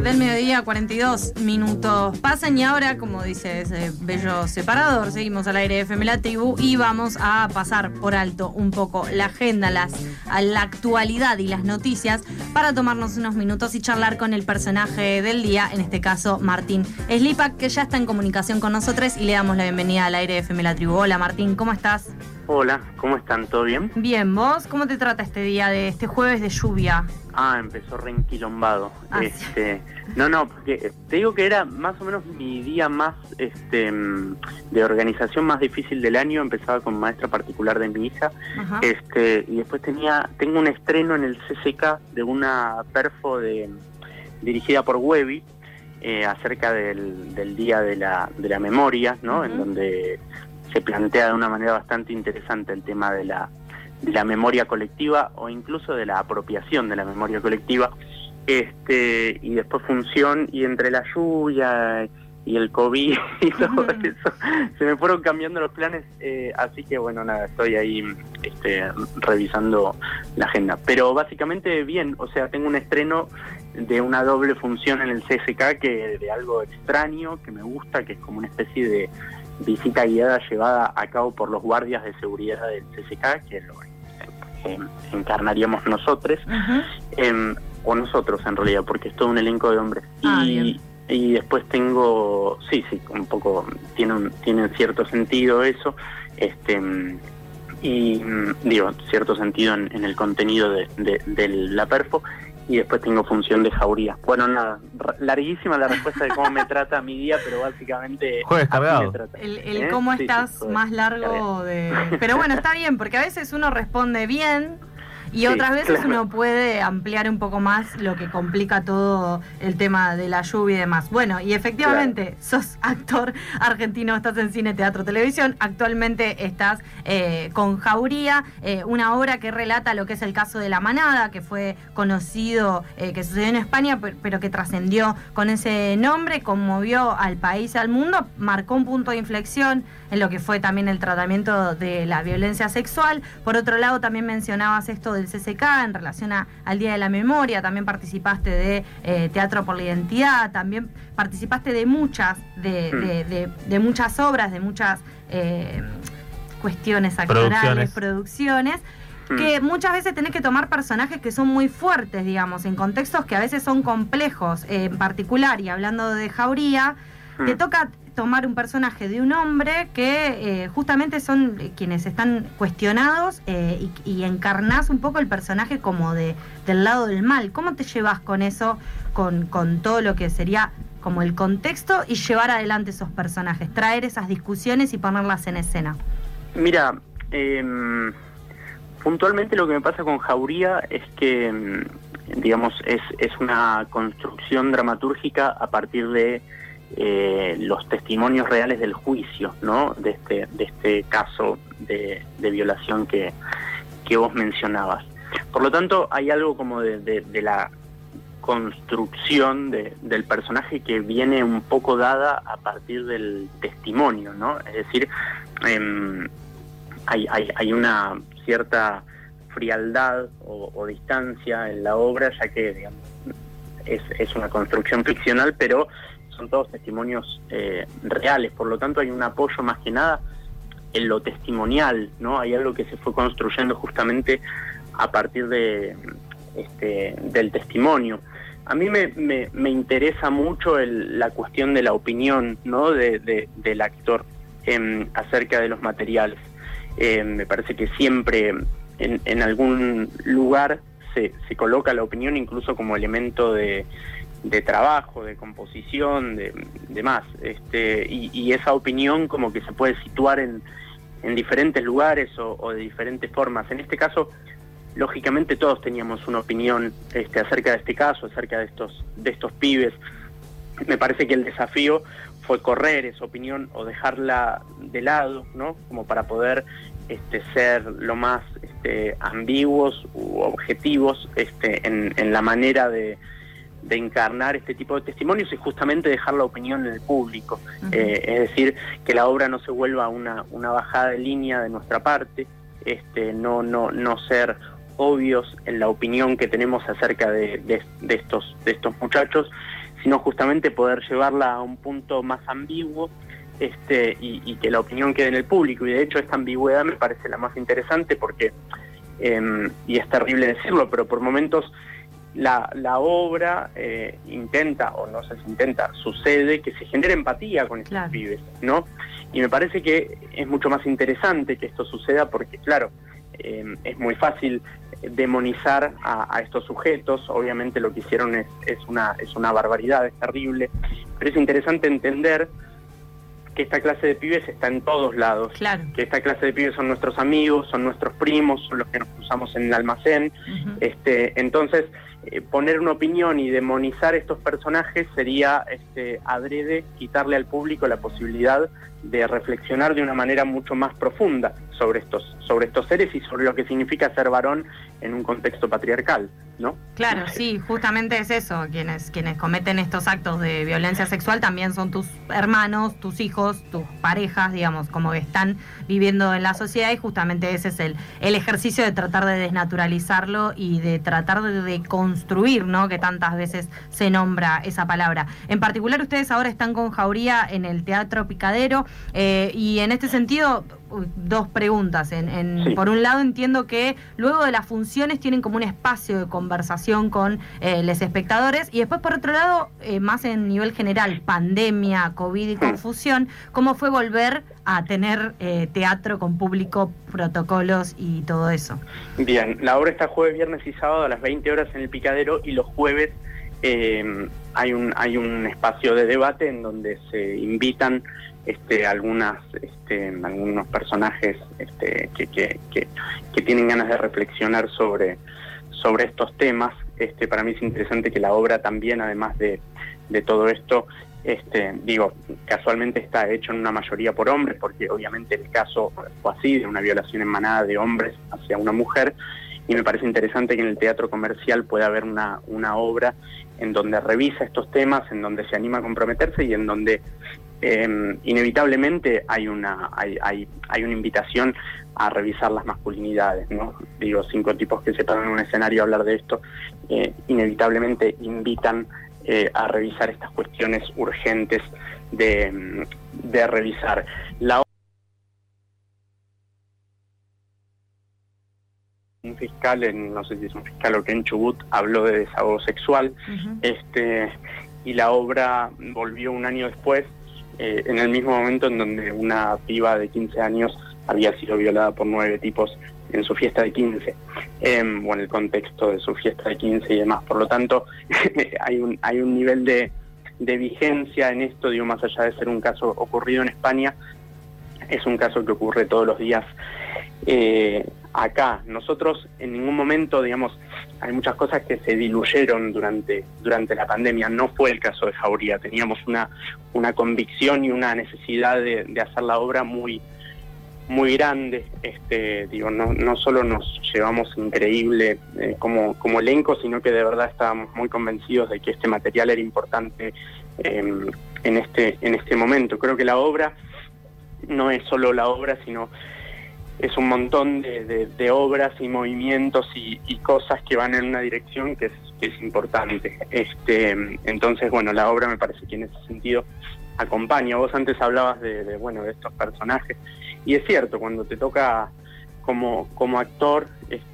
del mediodía, 42 minutos pasan y ahora, como dice ese bello separador, seguimos al aire de FM La Tribu y vamos a pasar por alto un poco la agenda, la actualidad y las noticias para tomarnos unos minutos y charlar con el personaje del día, en este caso Martín Slipak, que ya está en comunicación con nosotros y le damos la bienvenida al aire de FM La Tribu. Hola Martín, ¿cómo estás? Hola, ¿cómo están? ¿Todo bien? Bien, ¿vos? ¿Cómo te trata este día de este jueves de lluvia? Empezó reenquilombado. Sí. No, porque te digo que era más o menos mi día más de organización más difícil del año. Empezaba con maestra particular de mi hija. Ajá. Y después tengo un estreno en el CCK de una perfo dirigida por Webby, acerca del Día de la Memoria, ¿no? Uh-huh. En donde se plantea de una manera bastante interesante el tema de la memoria colectiva o incluso de la apropiación de la memoria colectiva, y después función, y entre la lluvia y el COVID y todo eso, se me fueron cambiando los planes, así que bueno, nada, estoy ahí revisando la agenda. Pero básicamente bien, o sea, tengo un estreno de una doble función en el CSK, que de algo extraño, que me gusta, que es como una especie de visita guiada llevada a cabo por los guardias de seguridad del CSK, que lo encarnaríamos nosotros, Uh-huh. O nosotros en realidad, porque es todo un elenco de hombres. Bien. Y después tengo, sí, un poco, tiene cierto sentido eso, y digo, cierto sentido en el contenido de la perfo. Y después tengo función de jauría. Bueno, nada, larguísima la respuesta de cómo me trata mi día, pero básicamente jueves cargado. así me trata. El cómo estás sí, más largo de... Pero bueno, está bien, porque a veces uno responde bien y Sí, otras veces claro. uno puede ampliar un poco más lo que complica todo el tema de la lluvia y demás. Bueno, y efectivamente, sos actor argentino, estás en cine, teatro, televisión. Actualmente estás con Jauría, una obra que relata lo que es el caso de La Manada, que fue conocido, que sucedió en España, pero que trascendió con ese nombre, conmovió al país, al mundo, marcó un punto de inflexión en lo que fue también el tratamiento de la violencia sexual. Por otro lado, también mencionabas esto del CCK en relación al Día de la Memoria, también participaste de Teatro por la Identidad, también participaste de muchas muchas obras, de muchas cuestiones actorales, producciones, que muchas veces tenés que tomar personajes que son muy fuertes, digamos, en contextos que a veces son complejos. En particular, y hablando de Jauría, te toca tomar un personaje de un hombre que justamente son quienes están cuestionados, y encarnás un poco el personaje como del lado del mal. ¿Cómo te llevas con eso, con todo lo que sería como el contexto y llevar adelante esos personajes, traer esas discusiones y ponerlas en escena? Mira, puntualmente lo que me pasa con Jauría es que, digamos, es una construcción dramatúrgica a partir de los testimonios reales del juicio, ¿no? De este caso de violación que vos mencionabas. Por lo tanto, hay algo como de la construcción del personaje que viene un poco dada a partir del testimonio, ¿no? Es decir, hay una cierta frialdad o distancia en la obra, ya que, digamos, es una construcción ficcional, pero son todos testimonios reales. Por lo tanto, hay un apoyo más que nada en lo testimonial, ¿no? Hay algo que se fue construyendo justamente a partir del testimonio. A mí me interesa mucho la cuestión de la opinión, ¿no? del actor acerca de los materiales. Me parece que siempre en algún lugar se coloca la opinión incluso como elemento de trabajo, de composición, de más. Y esa opinión como que se puede situar en diferentes lugares o de diferentes formas. En este caso, lógicamente todos teníamos una opinión acerca de este caso, acerca de estos pibes. Me parece que el desafío fue correr esa opinión o dejarla de lado, ¿no? Como para poder ser lo más ambiguos u objetivos en la manera de encarnar este tipo de testimonios y justamente dejar la opinión en el público. Uh-huh. Es decir, que la obra no se vuelva una bajada de línea de nuestra parte, no ser obvios en la opinión que tenemos acerca de estos muchachos, sino justamente poder llevarla a un punto más ambiguo, y que la opinión quede en el público. Y de hecho esta ambigüedad me parece la más interesante porque, y es terrible decirlo, pero por momentos la obra intenta, o no sé si intenta, sucede que se genere empatía con estos pibes, ¿no? Y me parece que es mucho más interesante que esto suceda porque, claro, es muy fácil demonizar a estos sujetos. Obviamente lo que hicieron es una barbaridad, es terrible, pero es interesante entender que esta clase de pibes está en todos lados, que esta clase de pibes son nuestros amigos, son nuestros primos, son los que nos cruzamos en el almacén. Entonces, poner una opinión y demonizar estos personajes sería adrede quitarle al público la posibilidad de reflexionar de una manera mucho más profunda sobre estos seres y sobre lo que significa ser varón en un contexto patriarcal, ¿no? Claro, sí, justamente es eso. Quienes cometen estos actos de violencia sexual también son tus hermanos, tus hijos, tus parejas, digamos, como que están viviendo en la sociedad, y justamente ese es el ejercicio de tratar de desnaturalizarlo y de tratar de construir, ¿no? Que tantas veces se nombra esa palabra. En particular, ustedes ahora están con Jauría en el Teatro Picadero, y en este sentido, dos preguntas. Sí. Por un lado, entiendo que luego de las funciones tienen como un espacio de conversación con los espectadores, y después, por otro lado, más en nivel general, pandemia, COVID y confusión, ¿cómo fue volver a tener teatro con público, protocolos y todo eso? Bien, la obra está jueves, viernes y sábado a las 20 horas en el Picadero, y los jueves hay un espacio de debate en donde se invitan algunos personajes que tienen ganas de reflexionar sobre estos temas. Para mí es interesante que la obra también, además de todo esto, casualmente está hecho en una mayoría por hombres, porque obviamente el caso fue así, de una violación en manada de hombres hacia una mujer, y me parece interesante que en el teatro comercial pueda haber una obra en donde revisa estos temas, en donde se anima a comprometerse y en donde inevitablemente hay una invitación a revisar las masculinidades, ¿no? 5 tipos que se paran en un escenario a hablar de esto, inevitablemente invitan a revisar estas cuestiones urgentes de revisar. Un fiscal, no sé si es un fiscal o que en Chubut, habló de desahogo sexual, y la obra volvió un año después, en el mismo momento en donde una piba de 15 años había sido violada por 9 tipos en su fiesta de 15, o en el contexto de su fiesta de 15 y demás. Por lo tanto, hay un nivel de vigencia en esto, más allá de ser un caso ocurrido en España, es un caso que ocurre todos los días acá. Nosotros en ningún momento, hay muchas cosas que se diluyeron durante la pandemia. No fue el caso de Jauría. Teníamos una convicción y una necesidad de hacer la obra muy grande. No solo nos llevamos increíble como elenco, sino que de verdad estábamos muy convencidos de que este material era importante en este momento. Creo que la obra no es solo la obra, sino es un montón de obras y movimientos y cosas que van en una dirección que es importante. Entonces, la obra me parece que en ese sentido acompaña. Vos antes hablabas de estos personajes, y es cierto, cuando te toca como actor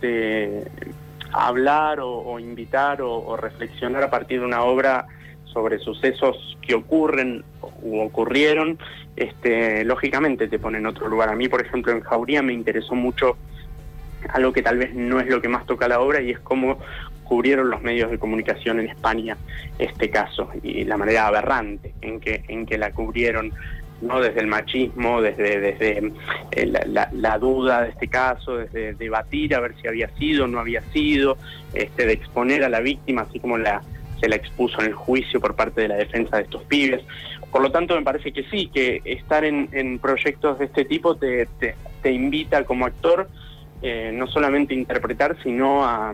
hablar o invitar o reflexionar a partir de una obra sobre sucesos que ocurren u ocurrieron, lógicamente te pone en otro lugar. A mí, por ejemplo, en Jauría me interesó mucho algo que tal vez no es lo que más toca la obra, y es cómo cubrieron los medios de comunicación en España este caso, y la manera aberrante en que la cubrieron, ¿no? Desde el machismo, desde la duda de este caso, desde debatir a ver si había sido o no había sido, de exponer a la víctima, así como se la expuso en el juicio por parte de la defensa de estos pibes. Por lo tanto, me parece que sí, que estar en proyectos de este tipo te invita como actor no solamente a interpretar, sino a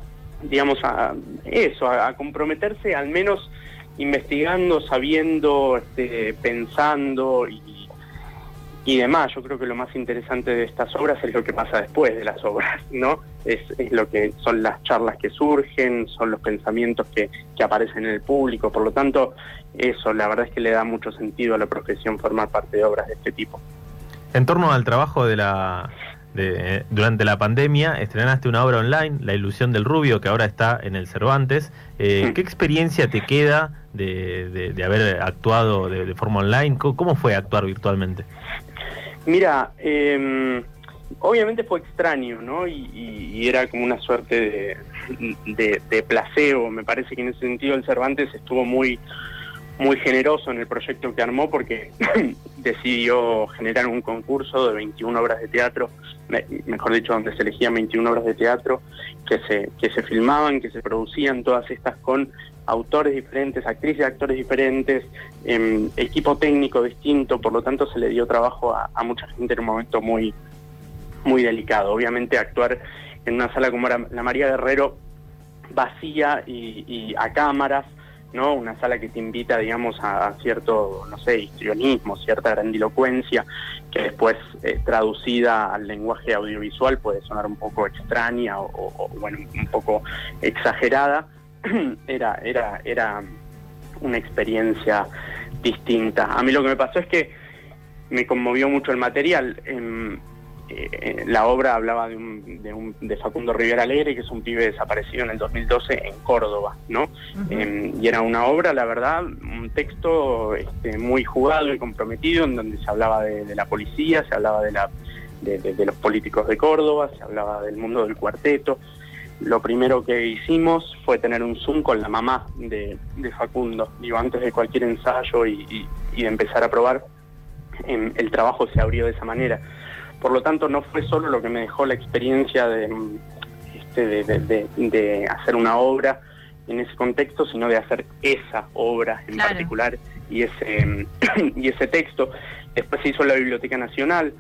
comprometerse, al menos investigando, sabiendo, pensando y demás. Yo creo que lo más interesante de estas obras es lo que pasa después de las obras, ¿no? Es lo que son las charlas que surgen, son los pensamientos que aparecen en el público. Por lo tanto, eso, la verdad es que le da mucho sentido a la profesión formar parte de obras de este tipo. En torno al trabajo durante la pandemia, estrenaste una obra online, La ilusión del rubio, que ahora está en el Cervantes. ¿Qué experiencia te queda de haber actuado de forma online? ¿Cómo fue actuar virtualmente? Mira, obviamente fue extraño, ¿no? Y era como una suerte de placebo. Me parece que en ese sentido el Cervantes estuvo muy generoso en el proyecto que armó, porque decidió generar un concurso de 21 obras de teatro, mejor dicho, donde se elegían 21 obras de teatro que se filmaban, que se producían, todas estas con autores diferentes, actrices y actores diferentes, equipo técnico distinto. Por lo tanto se le dio trabajo a mucha gente en un momento muy delicado. Obviamente actuar en una sala como era la María Guerrero, vacía y a cámaras, ¿no? Una sala que te invita, digamos, a cierto, no sé, histrionismo, cierta grandilocuencia, que después traducida al lenguaje audiovisual puede sonar un poco extraña o bueno, un poco exagerada. Era una experiencia distinta. A mí lo que me pasó es que me conmovió mucho el material. La obra hablaba de Facundo Rivera Alegre, que es un pibe desaparecido en el 2012 en Córdoba, ¿no? Y era una obra, la verdad, un texto muy jugado y comprometido, en donde se hablaba de la policía, se hablaba de los políticos de Córdoba, se hablaba del mundo del cuarteto. Lo primero que hicimos fue tener un Zoom con la mamá de Facundo. Digo, antes de cualquier ensayo y de empezar a probar, el trabajo se abrió de esa manera. Por lo tanto, no fue solo lo que me dejó la experiencia de hacer una obra en ese contexto, sino de hacer esa obra en particular y ese texto. Después se hizo en la Biblioteca Nacional,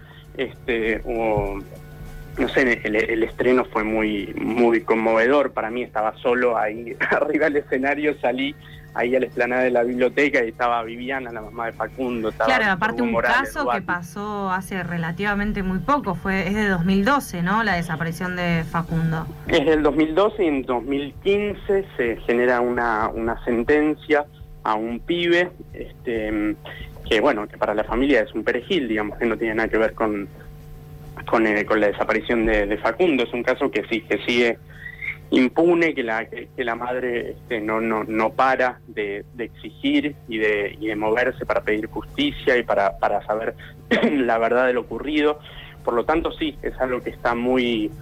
no sé, el estreno fue muy conmovedor. Para mí, estaba solo ahí arriba del escenario, salí ahí a la explanada de la biblioteca y estaba Viviana, la mamá de Facundo. Claro, aparte un caso que pasó hace relativamente muy poco, es de 2012, ¿no? La desaparición de Facundo. Es del 2012 y en 2015 se genera una sentencia a un pibe, que bueno, que para la familia es un perejil, digamos, que no tiene nada que ver con la desaparición de Facundo. Es un caso que sí, que sigue impune, que la madre no para de exigir y de moverse para pedir justicia y para saber la verdad de lo ocurrido. Por lo tanto, sí, es algo que está muy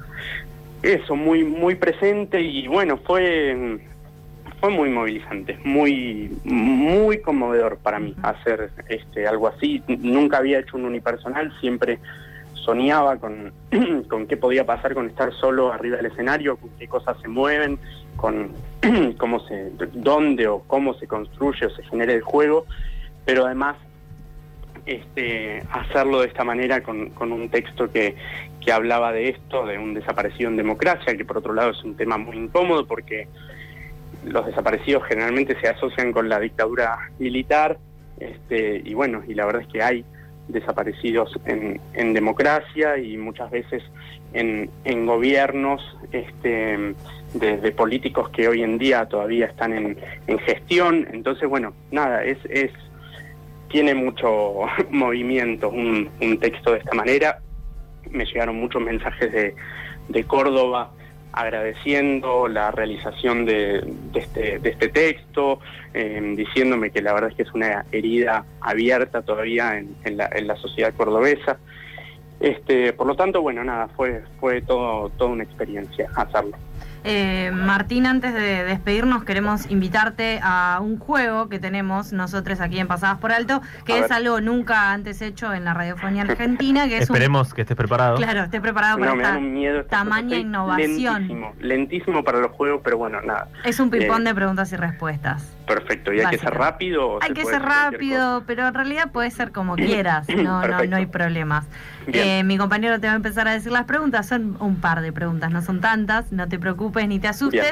presente y bueno, fue muy movilizante, muy conmovedor para mí hacer algo así. Nunca había hecho un unipersonal, siempre soñaba con qué podía pasar con estar solo arriba del escenario, con qué cosas se mueven, con dónde o cómo se construye o se genera el juego, pero además hacerlo de esta manera con un texto que hablaba de esto, de un desaparecido en democracia, que por otro lado es un tema muy incómodo porque los desaparecidos generalmente se asocian con la dictadura militar, y bueno, y la verdad es que hay desaparecidos en democracia y muchas veces en gobiernos de políticos que hoy en día todavía están en gestión. Entonces, bueno, nada, tiene mucho movimiento un texto de esta manera. Me llegaron muchos mensajes de Córdoba agradeciendo la realización de este texto, diciéndome que la verdad es que es una herida abierta todavía en la sociedad cordobesa. Por lo tanto, bueno, nada, fue toda una experiencia hacerlo. Martín, antes de despedirnos, queremos invitarte a un juego que tenemos nosotros aquí en Pasadas por Alto, que es algo nunca antes hecho en la radiofonía argentina. Que Esperemos que estés preparado. Claro, estés preparado para esta tamaña innovación. Lentísimo para los juegos, pero bueno, nada. Es un ping-pong de preguntas y respuestas. Perfecto, ¿y hay que ser rápido? Hay que ser rápido, pero en realidad puede ser como quieras, no hay problemas. Mi compañero te va a empezar a decir las preguntas, son un par de preguntas, no son tantas, no te preocupes ni te asustes.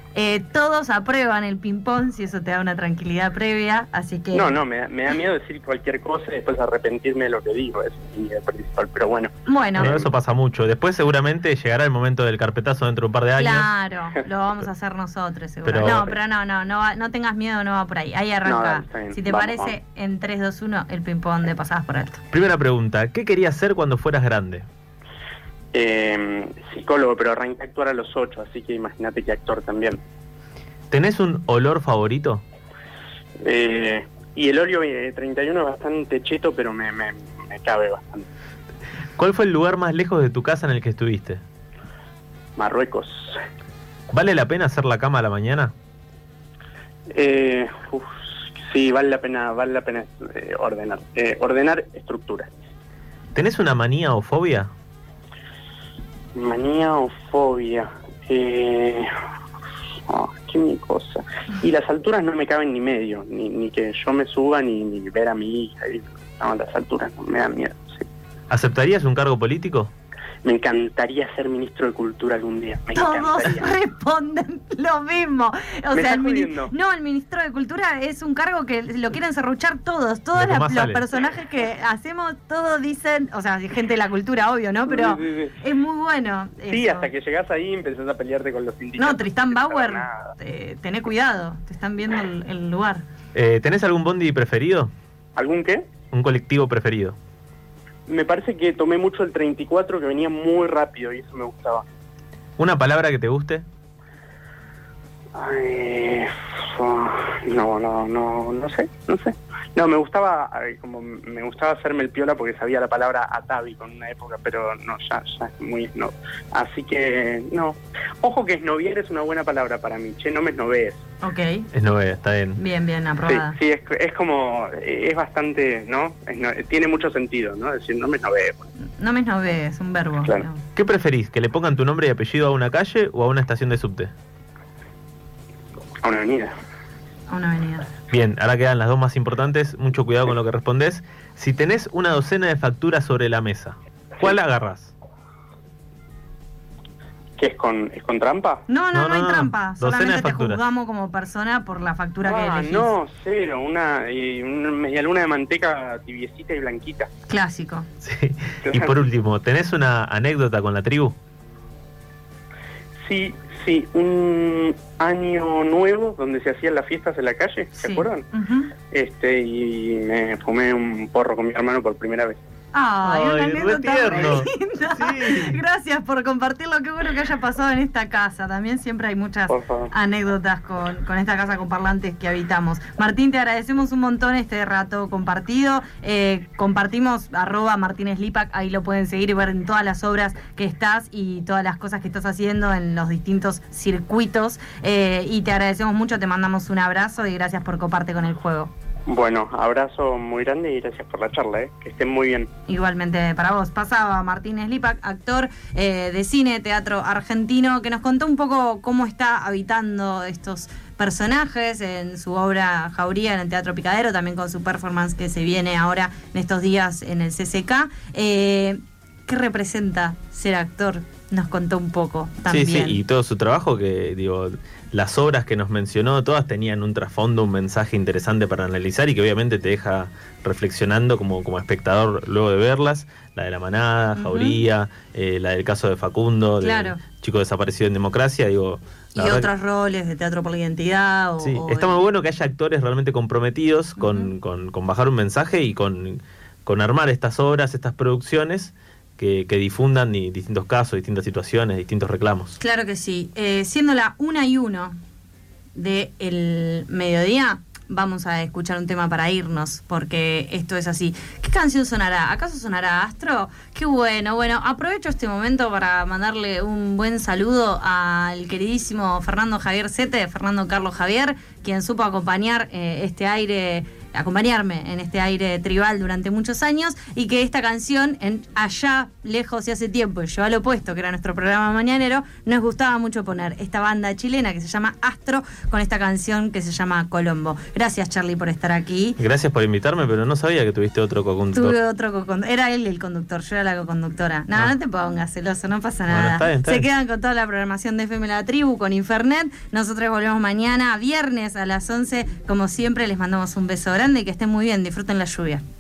Todos aprueban el ping-pong, si eso te da una tranquilidad previa, así que... No, me da miedo decir cualquier cosa y después arrepentirme de lo que digo, es mi principal, pero bueno. Bueno, eso pasa mucho. Después seguramente llegará el momento del carpetazo dentro de un par de años. Claro, lo vamos a hacer nosotros, seguro. No tengas miedo, no va por ahí. Ahí arranca. No, si te parece, en 3, 2, 1, el ping-pong de pasadas por alto. Primera pregunta, ¿qué querías ser cuando fueras grande? Psicólogo, pero arranqué a actuar a los 8, así que imagínate que actor también. ¿Tenés un olor favorito? Y el Oreo 31 es bastante cheto, pero me cabe bastante. ¿Cuál fue el lugar más lejos de tu casa en el que estuviste? Marruecos. ¿Vale la pena hacer la cama a la mañana? Sí, vale la pena ordenar. Ordenar estructuras. ¿Tenés una manía o fobia? Manía o fobia. Qué mi cosa. Y las alturas no me caben ni medio, ni que yo me suba, ni ver a mi hija. No, las alturas no, me dan miedo. Sí. ¿Aceptarías un cargo político? Me encantaría ser ministro de Cultura algún día. Todos responden lo mismo. O sea, el ministro de Cultura es un cargo que lo quieren serruchar todos. Todos los personajes que hacemos, todos dicen, o sea, gente de la cultura, obvio, ¿no? Pero sí. Es muy bueno. Sí, eso. Hasta que llegás ahí y empezás a pelearte con los sindicatos. No, Tristán Bauer, tené cuidado, te están viendo el lugar. ¿Tenés algún bondi preferido? ¿Algún qué? Un colectivo preferido. Me parece que tomé mucho el 34, que venía muy rápido y eso me gustaba. ¿Una palabra que te guste? No sé. No, me gustaba hacerme el piola porque sabía la palabra atavi en una época, pero no, ya es muy... No. Así que, no. Ojo que esnoviar es una buena palabra para mí. No me esnovees. Ok. Esnovees, está bien. Bien, aprobada. Sí, es como... Es bastante, ¿no? Tiene mucho sentido, ¿no? Decir, no me esnovees. No me esnovees, un verbo. Claro. No. ¿Qué preferís? ¿Que le pongan tu nombre y apellido a una calle o a una estación de subte? A una avenida. A una avenida. Bien, ahora quedan las dos más importantes. Mucho cuidado con lo que respondés. Si tenés una docena de facturas sobre la mesa, ¿cuál agarrás? ¿Qué es con trampa? No hay trampa. Solamente te facturas. juzgamos como persona por la factura que elegís. No, cero. Una media luna de manteca tibiecita y blanquita. Clásico. Sí. Y por último, ¿tenés una anécdota con la tribu? Sí, un año nuevo donde se hacían las fiestas en la calle, ¿se acuerdan? Uh-huh. Y me fumé un porro con mi hermano por primera vez. Ay, una anécdota tierno. linda. Sí. Gracias por compartirlo, qué bueno que haya pasado en esta casa. También siempre hay muchas anécdotas con esta casa con parlantes que habitamos. Martín, te agradecemos un montón este rato compartido. Compartimos @MartínezLipac, ahí lo pueden seguir y ver en todas las obras que estás y todas las cosas que estás haciendo en los distintos circuitos. Y te agradecemos mucho, te mandamos un abrazo y gracias por coparte con el juego. Bueno, abrazo muy grande y gracias por la charla, que estén muy bien. Igualmente para vos. Pasaba Martínez Lipac, actor de cine, teatro argentino, que nos contó un poco cómo está habitando estos personajes en su obra Jauría en el Teatro Picadero, también con su performance que se viene ahora en estos días en el CCK. ¿Qué representa ser actor? Nos contó un poco también. Sí, y todo su trabajo, que digo, las obras que nos mencionó, todas tenían un trasfondo, un mensaje interesante para analizar y que obviamente te deja reflexionando como espectador luego de verlas. La de La Manada, Jauría, la del caso de Facundo, claro, del chico desaparecido en Democracia, digo... Y otros roles de Teatro por la Identidad. Sí, está muy bueno que haya actores realmente comprometidos con bajar un mensaje y con armar estas obras, estas producciones que difundan distintos casos, distintas situaciones, distintos reclamos. Claro que sí. Siendo la 1:01 del mediodía, vamos a escuchar un tema para irnos, porque esto es así. ¿Qué canción sonará? ¿Acaso sonará Astro? Qué bueno. Bueno, aprovecho este momento para mandarle un buen saludo al queridísimo Fernando Javier Sete, Fernando Carlos Javier, quien supo acompañar este aire acompañarme en este aire tribal durante muchos años, y que esta canción, en allá lejos y hace tiempo, y yo al opuesto, que era nuestro programa mañanero, nos gustaba mucho poner esta banda chilena que se llama Astro con esta canción que se llama Colombo. Gracias, Charlie, por estar aquí. Gracias por invitarme, pero no sabía que tuviste otro co-conductor. Tuve otro co-conductor. Era él el conductor, yo era la co-conductora. No, no te pongas celoso, no pasa nada. Está bien, Se quedan con toda la programación de FM La Tribu, con Infernet. Nosotros volvemos mañana, viernes a las 11. Como siempre, les mandamos un beso grande y que estén muy bien. Disfruten la lluvia.